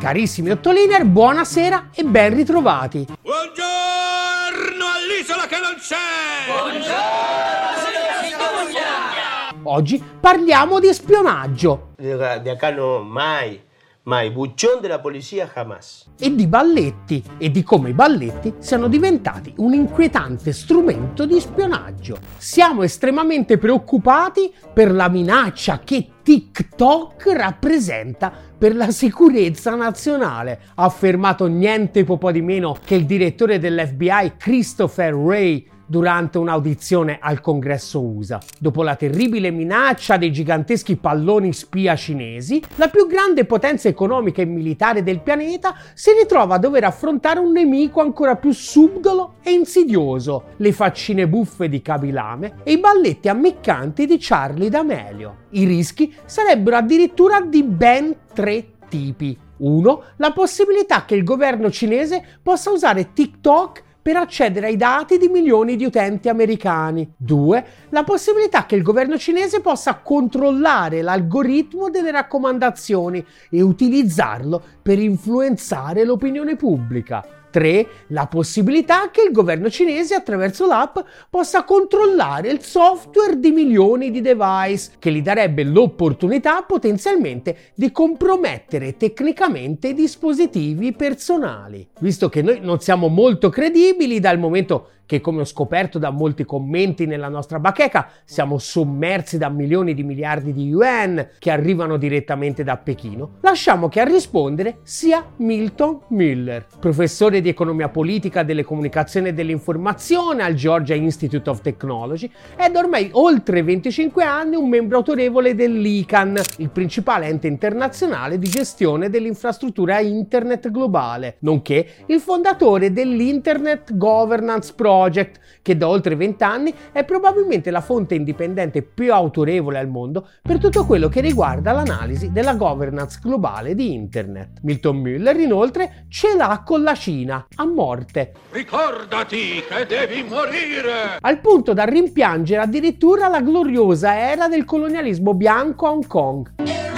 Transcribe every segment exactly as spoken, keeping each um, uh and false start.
Carissimi Ottoliner, buonasera e ben ritrovati. Buongiorno all'isola che non c'è! Buongiorno, signor Cicogna! Oggi parliamo di spionaggio. De acá no, mai, mai, buchón della polizia jamás. E di balletti, e di come i balletti siano diventati un inquietante strumento di spionaggio. Siamo estremamente preoccupati per la minaccia che TikTok rappresenta per la sicurezza nazionale, ha affermato niente po' di meno che il direttore dell'F B I Christopher Wray durante un'audizione al Congresso U S A. Dopo la terribile minaccia dei giganteschi palloni spia cinesi, la più grande potenza economica e militare del pianeta si ritrova a dover affrontare un nemico ancora più subdolo e insidioso, le faccine buffe di Kabilame e i balletti ammiccanti di Charli D'Amelio. I rischi sarebbero addirittura di ben tre tipi. uno. La possibilità che il governo cinese possa usare TikTok per accedere ai dati di milioni di utenti americani. due. La possibilità che il governo cinese possa controllare l'algoritmo delle raccomandazioni e utilizzarlo per influenzare l'opinione pubblica. tre. La possibilità che il governo cinese attraverso l'app possa controllare il software di milioni di device, che gli darebbe l'opportunità potenzialmente di compromettere tecnicamente i dispositivi personali. Visto che noi non siamo molto credibili, dal momento che, come ho scoperto da molti commenti nella nostra bacheca, siamo sommersi da milioni di miliardi di yuan che arrivano direttamente da Pechino, lasciamo che a rispondere sia Milton Mueller, professore di economia politica, delle comunicazioni e dell'informazione al Georgia Institute of Technology ed ormai oltre venticinque anni un membro autorevole dell'I C A N, il principale ente internazionale di gestione dell'infrastruttura internet globale, nonché il fondatore dell'Internet Governance Project, che da oltre venti anni è probabilmente la fonte indipendente più autorevole al mondo per tutto quello che riguarda l'analisi della governance globale di internet. Milton Mueller inoltre ce l'ha con la Cina, a morte. Ricordati che devi morire! Al punto da rimpiangere addirittura la gloriosa era del colonialismo bianco a Hong Kong.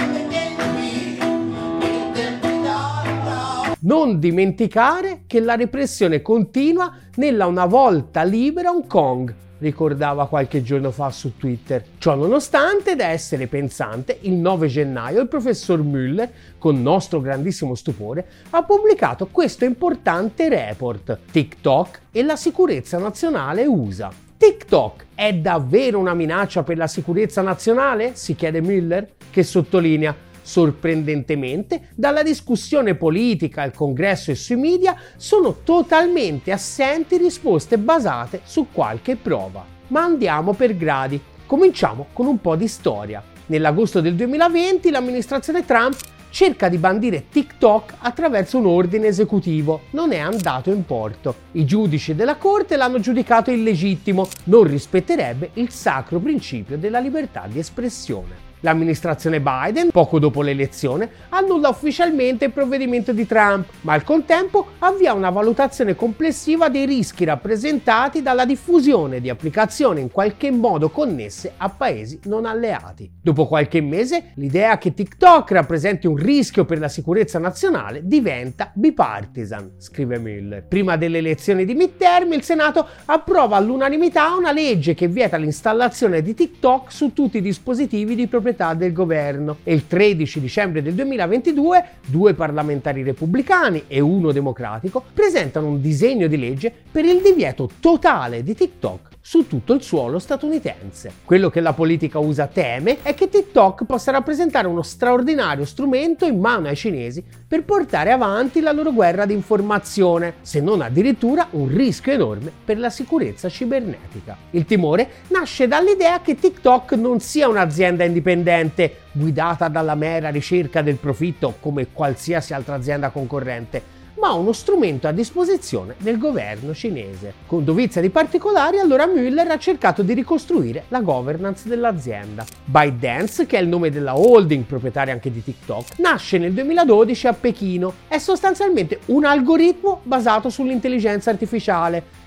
Non dimenticare che la repressione continua nella una volta libera Hong Kong, ricordava qualche giorno fa su Twitter. Ciò nonostante, da essere pensante, il nove gennaio il professor Mueller, con nostro grandissimo stupore, ha pubblicato questo importante report: TikTok e la sicurezza nazionale U S A. TikTok è davvero una minaccia per la sicurezza nazionale? Si chiede Mueller, che sottolinea: sorprendentemente, dalla discussione politica al Congresso e sui media sono totalmente assenti risposte basate su qualche prova. Ma andiamo per gradi. Cominciamo con un po' di storia. Nell'agosto del duemilaventi l'amministrazione Trump cerca di bandire TikTok attraverso un ordine esecutivo. Non è andato in porto. I giudici della corte l'hanno giudicato illegittimo, non rispetterebbe il sacro principio della libertà di espressione. L'amministrazione Biden, poco dopo l'elezione, annulla ufficialmente il provvedimento di Trump, ma al contempo avvia una valutazione complessiva dei rischi rappresentati dalla diffusione di applicazioni in qualche modo connesse a paesi non alleati. Dopo qualche mese, l'idea che TikTok rappresenti un rischio per la sicurezza nazionale diventa bipartisan, scrive Mueller. Prima delle elezioni di midterm, il Senato approva all'unanimità una legge che vieta l'installazione di TikTok su tutti i dispositivi di proprietà del governo e il tredici dicembre del duemilaventidue due parlamentari repubblicani e uno democratico presentano un disegno di legge per il divieto totale di TikTok su tutto il suolo statunitense. Quello che la politica U S A teme è che TikTok possa rappresentare uno straordinario strumento in mano ai cinesi per portare avanti la loro guerra di informazione, se non addirittura un rischio enorme per la sicurezza cibernetica. Il timore nasce dall'idea che TikTok non sia un'azienda indipendente guidata dalla mera ricerca del profitto come qualsiasi altra azienda concorrente, ma uno strumento a disposizione del governo cinese. Con dovizia di particolari, allora Mueller ha cercato di ricostruire la governance dell'azienda. ByteDance, che è il nome della holding proprietaria anche di TikTok, nasce nel duemiladodici a Pechino. È sostanzialmente un algoritmo basato sull'intelligenza artificiale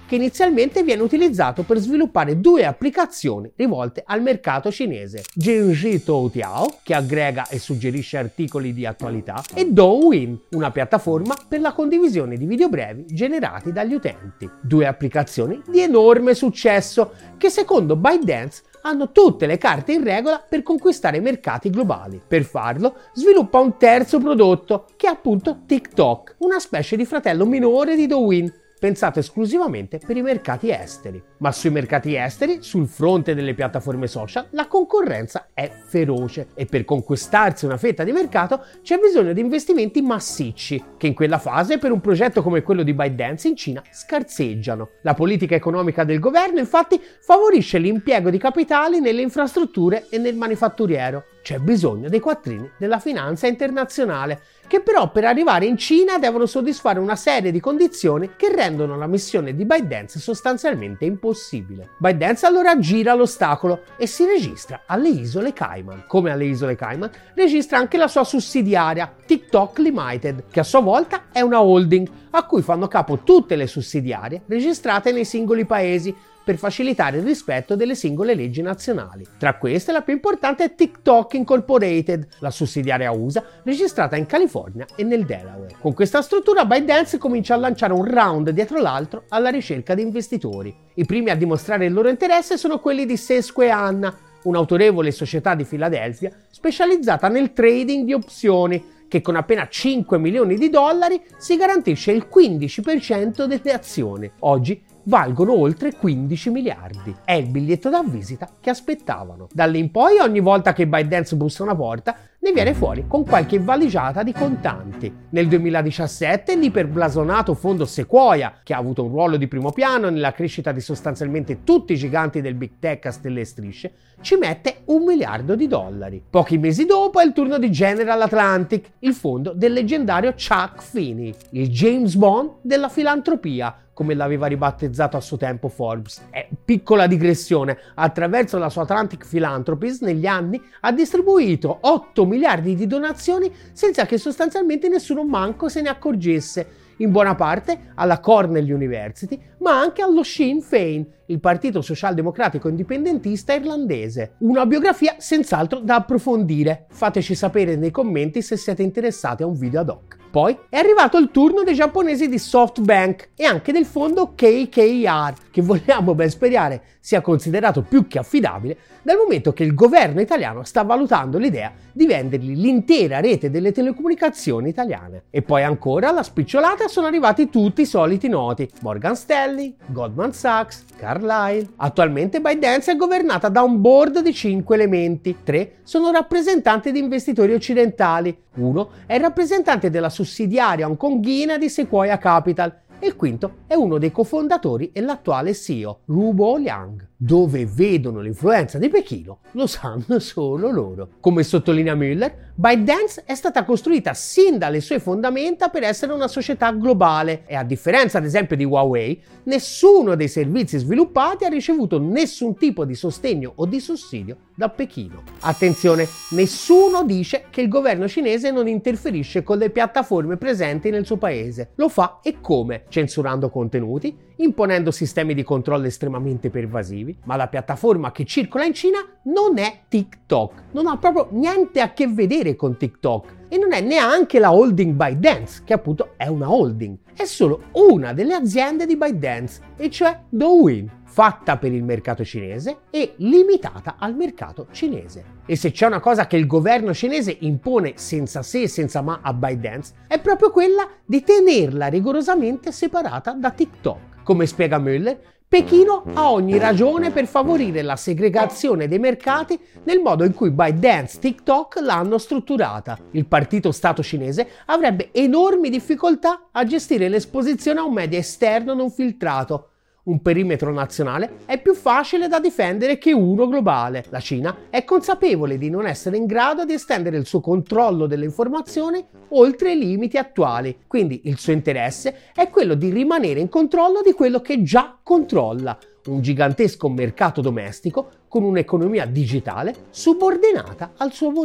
che inizialmente viene utilizzato per sviluppare due applicazioni rivolte al mercato cinese: Zhengzhi Toutiao, che aggrega e suggerisce articoli di attualità, e Douyin, una piattaforma per la condivisione di video brevi generati dagli utenti. Due applicazioni di enorme successo che secondo ByteDance hanno tutte le carte in regola per conquistare mercati globali. Per farlo sviluppa un terzo prodotto, che è appunto TikTok, una specie di fratello minore di Douyin, pensato esclusivamente per i mercati esteri. Ma sui mercati esteri, sul fronte delle piattaforme social, la concorrenza è feroce e per conquistarsi una fetta di mercato c'è bisogno di investimenti massicci, che in quella fase per un progetto come quello di ByteDance in Cina scarseggiano. La politica economica del governo infatti favorisce l'impiego di capitali nelle infrastrutture e nel manifatturiero. C'è bisogno dei quattrini della finanza internazionale, che però per arrivare in Cina devono soddisfare una serie di condizioni che rendono la missione di ByteDance sostanzialmente impossibile. ByteDance allora gira l'ostacolo e si registra alle isole Cayman. Come alle isole Cayman, registra anche la sua sussidiaria, TikTok Limited, che a sua volta è una holding a cui fanno capo tutte le sussidiarie registrate nei singoli paesi, per facilitare il rispetto delle singole leggi nazionali. Tra queste la più importante è TikTok Incorporated, la sussidiaria U S A registrata in California e nel Delaware. Con questa struttura ByteDance comincia a lanciare un round dietro l'altro alla ricerca di investitori. I primi a dimostrare il loro interesse sono quelli di Susquehanna, un'autorevole società di Filadelfia specializzata nel trading di opzioni, che con appena cinque milioni di dollari si garantisce il quindici per cento delle azioni. Oggi valgono oltre quindici miliardi. È il biglietto da visita che aspettavano. Da lì in poi, ogni volta che ByteDance bussa una porta, ne viene fuori con qualche valigiata di contanti. Nel duemiladiciassette l'iperblasonato fondo Sequoia, che ha avuto un ruolo di primo piano nella crescita di sostanzialmente tutti i giganti del big tech a stelle e strisce, ci mette un miliardo di dollari. Pochi mesi dopo è il turno di General Atlantic, il fondo del leggendario Chuck Finney, il James Bond della filantropia, come l'aveva ribattezzato a suo tempo Forbes. È piccola digressione: attraverso la sua Atlantic Philanthropies negli anni ha distribuito otto miliardi di donazioni senza che sostanzialmente nessuno manco se ne accorgesse, in buona parte alla Cornell University, ma anche allo Sinn Féin, il partito socialdemocratico indipendentista irlandese. Una biografia senz'altro da approfondire. Fateci sapere nei commenti se siete interessati a un video ad hoc. Poi è arrivato il turno dei giapponesi di SoftBank e anche del fondo K K R, che vogliamo ben sperare sia considerato più che affidabile, dal momento che il governo italiano sta valutando l'idea di vendergli l'intera rete delle telecomunicazioni italiane. E poi ancora alla spicciolata sono arrivati tutti i soliti noti: Morgan Stanley, Goldman Sachs, Carlyle. Attualmente ByteDance è governata da un board di cinque elementi. Tre sono rappresentanti di investitori occidentali, uno è il rappresentante della sussidiaria hongkonghina di Sequoia Capital e il quinto è uno dei cofondatori e l'attuale C E O, Rubo Liang. Dove vedono l'influenza di Pechino lo sanno solo loro. Come sottolinea Müller, ByteDance è stata costruita sin dalle sue fondamenta per essere una società globale e, a differenza ad esempio di Huawei, nessuno dei servizi sviluppati ha ricevuto nessun tipo di sostegno o di sussidio da Pechino. Attenzione, nessuno dice che il governo cinese non interferisce con le piattaforme presenti nel suo paese. Lo fa e come? Censurando contenuti, imponendo sistemi di controllo estremamente pervasivi, ma la piattaforma che circola in Cina non è TikTok, non ha proprio niente a che vedere con TikTok e non è neanche la holding ByteDance, che appunto è una holding, è solo una delle aziende di ByteDance, e cioè Douyin, fatta per il mercato cinese e limitata al mercato cinese. E se c'è una cosa che il governo cinese impone senza se e senza ma a ByteDance, è proprio quella di tenerla rigorosamente separata da TikTok. Come spiega Müller, Pechino ha ogni ragione per favorire la segregazione dei mercati nel modo in cui ByteDance TikTok l'hanno strutturata. Il partito Stato cinese avrebbe enormi difficoltà a gestire l'esposizione a un media esterno non filtrato. Un perimetro nazionale è più facile da difendere che uno globale. La Cina è consapevole di non essere in grado di estendere il suo controllo delle informazioni oltre i limiti attuali, quindi il suo interesse è quello di rimanere in controllo di quello che già controlla, un gigantesco mercato domestico con un'economia digitale subordinata al suo volere.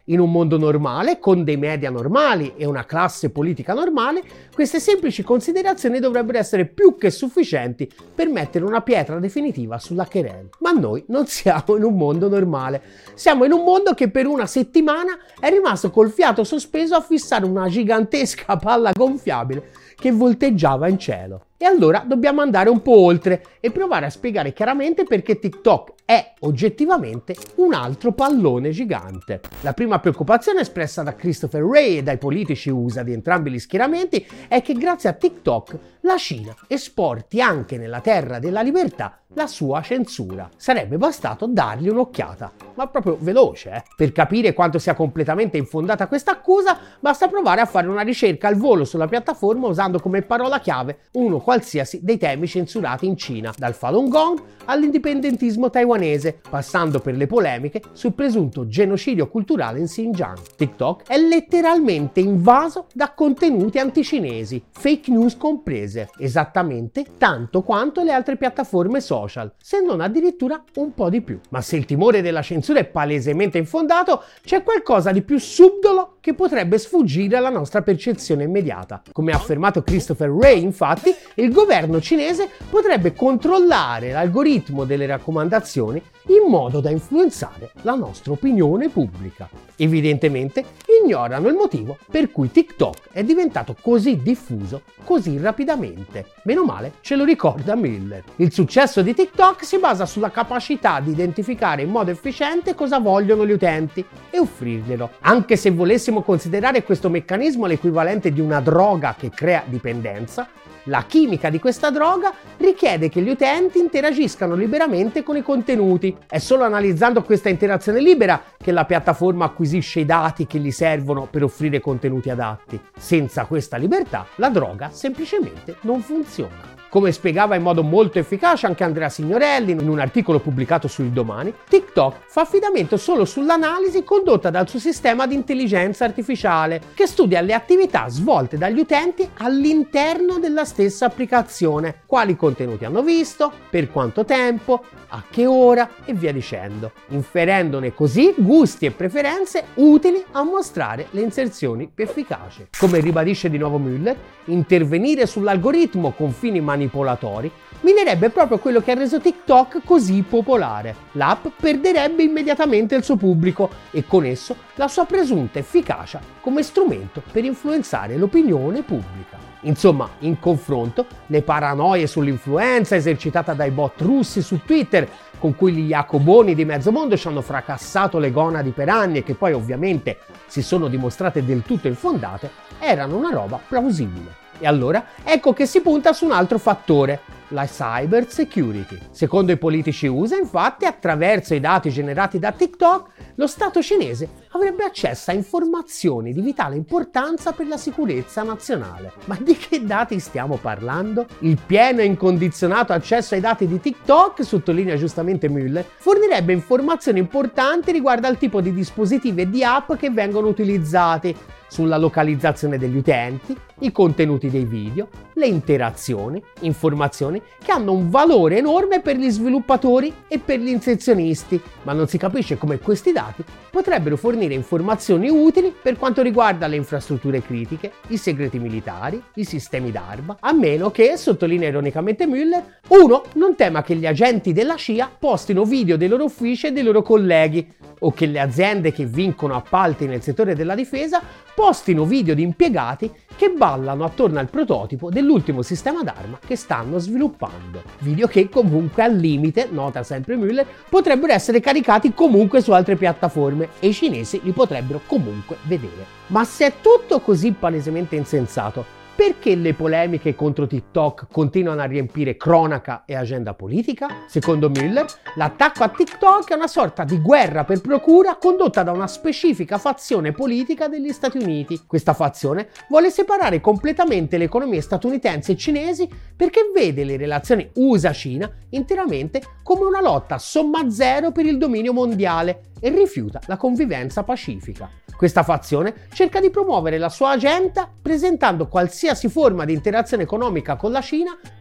In un mondo normale, con dei media normali e una classe politica normale, queste semplici considerazioni dovrebbero essere più che sufficienti per mettere una pietra definitiva sulla querela. Ma noi non siamo in un mondo normale. Siamo in un mondo che per una settimana è rimasto col fiato sospeso a fissare una gigantesca palla gonfiabile che volteggiava in cielo. E allora dobbiamo andare un po' oltre e provare a spiegare chiaramente perché TikTok è oggettivamente un altro pallone gigante. La prima preoccupazione espressa da Christopher Wray e dai politici U S A di entrambi gli schieramenti è che grazie a TikTok la Cina esporti anche nella terra della libertà la sua censura. Sarebbe bastato dargli un'occhiata, ma proprio veloce, eh? Per capire quanto sia completamente infondata questa accusa, basta provare a fare una ricerca al volo sulla piattaforma usando come parola chiave uno qualsiasi dei temi censurati in Cina, dal Falun Gong all'indipendentismo taiwanese, passando per le polemiche sul presunto genocidio culturale in Xinjiang. TikTok è letteralmente invaso da contenuti anticinesi, fake news comprese, esattamente tanto quanto le altre piattaforme social, se non addirittura un po' di più. Ma se il timore della censura è palesemente infondato, c'è qualcosa di più subdolo che potrebbe sfuggire alla nostra percezione immediata. Come ha affermato Christopher Wray, infatti, il governo cinese potrebbe controllare l'algoritmo delle raccomandazioni in modo da influenzare la nostra opinione pubblica. Evidentemente ignorano il motivo per cui TikTok è diventato così diffuso così rapidamente. Meno male ce lo ricorda Miller. Il successo di TikTok si basa sulla capacità di identificare in modo efficiente cosa vogliono gli utenti e offrirglielo. Anche se volessimo considerare questo meccanismo l'equivalente di una droga che crea dipendenza, la chimica di questa droga richiede che gli utenti interagiscano liberamente con i contenuti. È solo analizzando questa interazione libera che la piattaforma acquisisce i dati che gli servono per offrire contenuti adatti. Senza questa libertà, la droga semplicemente non funziona. Come spiegava in modo molto efficace anche Andrea Signorelli in un articolo pubblicato su Il Domani, TikTok fa affidamento solo sull'analisi condotta dal suo sistema di intelligenza artificiale, che studia le attività svolte dagli utenti all'interno della stessa applicazione, quali contenuti hanno visto, per quanto tempo, a che ora e via dicendo, inferendone così gusti e preferenze utili a mostrare le inserzioni più efficaci. Come ribadisce di nuovo Müller, intervenire sull'algoritmo con fini manipolatori minerebbe proprio quello che ha reso TikTok così popolare. L'app perderebbe immediatamente il suo pubblico e con esso la sua presunta efficacia come strumento per influenzare l'opinione pubblica. Insomma, in confronto, le paranoie sull'influenza esercitata dai bot russi su Twitter, con cui gli jacoboni di mezzo mondo ci hanno fracassato le gonadi per anni e che poi ovviamente si sono dimostrate del tutto infondate, erano una roba plausibile. E allora ecco che si punta su un altro fattore, la cyber security. Secondo i politici U S A, infatti, attraverso i dati generati da TikTok, lo Stato cinese avrebbe accesso a informazioni di vitale importanza per la sicurezza nazionale. Ma di che dati stiamo parlando? Il pieno e incondizionato accesso ai dati di TikTok, sottolinea giustamente Müller, fornirebbe informazioni importanti riguardo al tipo di dispositivi e di app che vengono utilizzati, sulla localizzazione degli utenti, i contenuti dei video, le interazioni, informazioni che hanno un valore enorme per gli sviluppatori e per gli inserzionisti, ma non si capisce come questi dati potrebbero fornire informazioni utili per quanto riguarda le infrastrutture critiche, i segreti militari, i sistemi d'arma, a meno che, sottolinea ironicamente Müller, uno non tema che gli agenti della C I A postino video dei loro uffici e dei loro colleghi, o che le aziende che vincono appalti nel settore della difesa postino video di impiegati che ballano attorno al prototipo dell'ultimo sistema d'arma che stanno sviluppando. Video che comunque al limite, nota sempre Müller, potrebbero essere caricati comunque su altre piattaforme e i cinesi li potrebbero comunque vedere. Ma se è tutto così palesemente insensato, perché le polemiche contro TikTok continuano a riempire cronaca e agenda politica? Secondo Müller, l'attacco a TikTok è una sorta di guerra per procura condotta da una specifica fazione politica degli Stati Uniti. Questa fazione vuole separare completamente le economie statunitensi e cinesi perché vede le relazioni U S A-Cina interamente come una lotta a somma zero per il dominio mondiale e rifiuta la convivenza pacifica. Questa fazione cerca di promuovere la sua agenda presentando qualsiasi forma di interazione economica con la Cina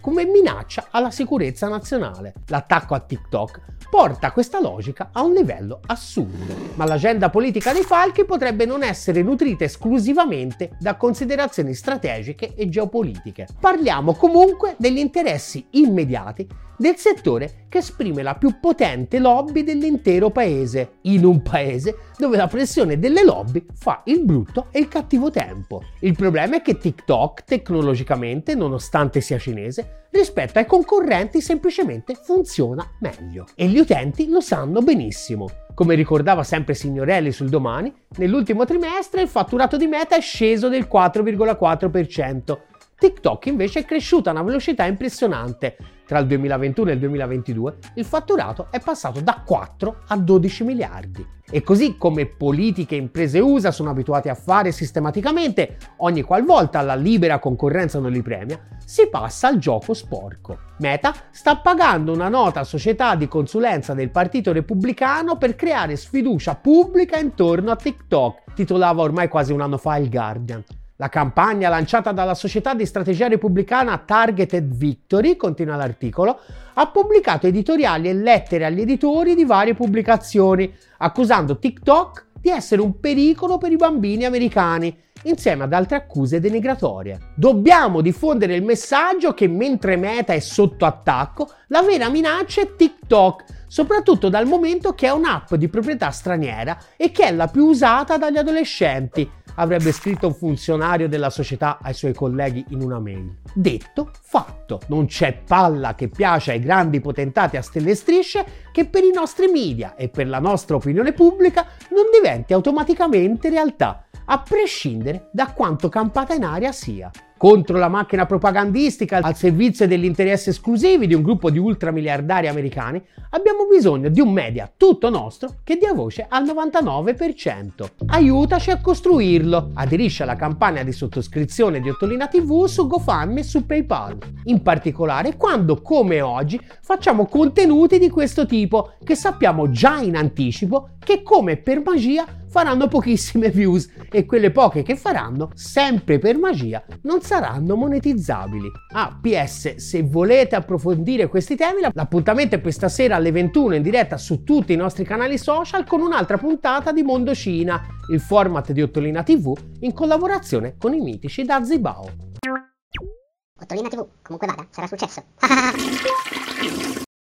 come minaccia alla sicurezza nazionale. L'attacco a TikTok porta questa logica a un livello assurdo. Ma l'agenda politica dei falchi potrebbe non essere nutrita esclusivamente da considerazioni strategiche e geopolitiche. Parliamo comunque degli interessi immediati del settore che esprime la più potente lobby dell'intero paese, in un paese dove la pressione delle lobby fa il brutto e il cattivo tempo. Il problema è che TikTok tecnologicamente, nonostante sia cinese, rispetto ai concorrenti semplicemente funziona meglio e gli utenti lo sanno benissimo. Come ricordava sempre Signorelli sul Domani, nell'ultimo trimestre il fatturato di Meta è sceso del quattro virgola quattro per cento. TikTok invece è cresciuta a una velocità impressionante. Tra il duemilaventuno e il duemilaventidue il fatturato è passato da quattro a dodici miliardi. E così come politiche e imprese U S A sono abituate a fare sistematicamente, ogni qualvolta la libera concorrenza non li premia, si passa al gioco sporco. Meta sta pagando una nota società di consulenza del Partito Repubblicano per creare sfiducia pubblica intorno a TikTok, titolava ormai quasi un anno fa il Guardian. La campagna lanciata dalla società di strategia repubblicana Targeted Victory, continua l'articolo, ha pubblicato editoriali e lettere agli editori di varie pubblicazioni, accusando TikTok di essere un pericolo per i bambini americani, insieme ad altre accuse denigratorie. Dobbiamo diffondere il messaggio che mentre Meta è sotto attacco, la vera minaccia è TikTok, soprattutto dal momento che è un'app di proprietà straniera e che è la più usata dagli adolescenti, avrebbe scritto un funzionario della società ai suoi colleghi in una mail. Detto, fatto. Non c'è palla che piace ai grandi potentati a stelle e strisce che per i nostri media e per la nostra opinione pubblica non diventi automaticamente realtà, a prescindere da quanto campata in aria sia. Contro la macchina propagandistica al servizio degli interessi esclusivi di un gruppo di ultramiliardari americani, abbiamo bisogno di un media tutto nostro che dia voce al novantanove per cento. Aiutaci a costruirlo. Aderisci alla campagna di sottoscrizione di Ottolina tivù su GoFundMe e su PayPal. In particolare quando, come oggi, facciamo contenuti di questo tipo che sappiamo già in anticipo che, come per magia, faranno pochissime views e quelle poche che faranno, sempre per magia, non saranno monetizzabili. Ah, P S, se volete approfondire questi temi, l'appuntamento è questa sera alle ventuno in diretta su tutti i nostri canali social con un'altra puntata di Mondo Cina, il format di Ottolina tivù in collaborazione con i mitici Dazibao. Ottolina tivù, comunque vada, sarà successo.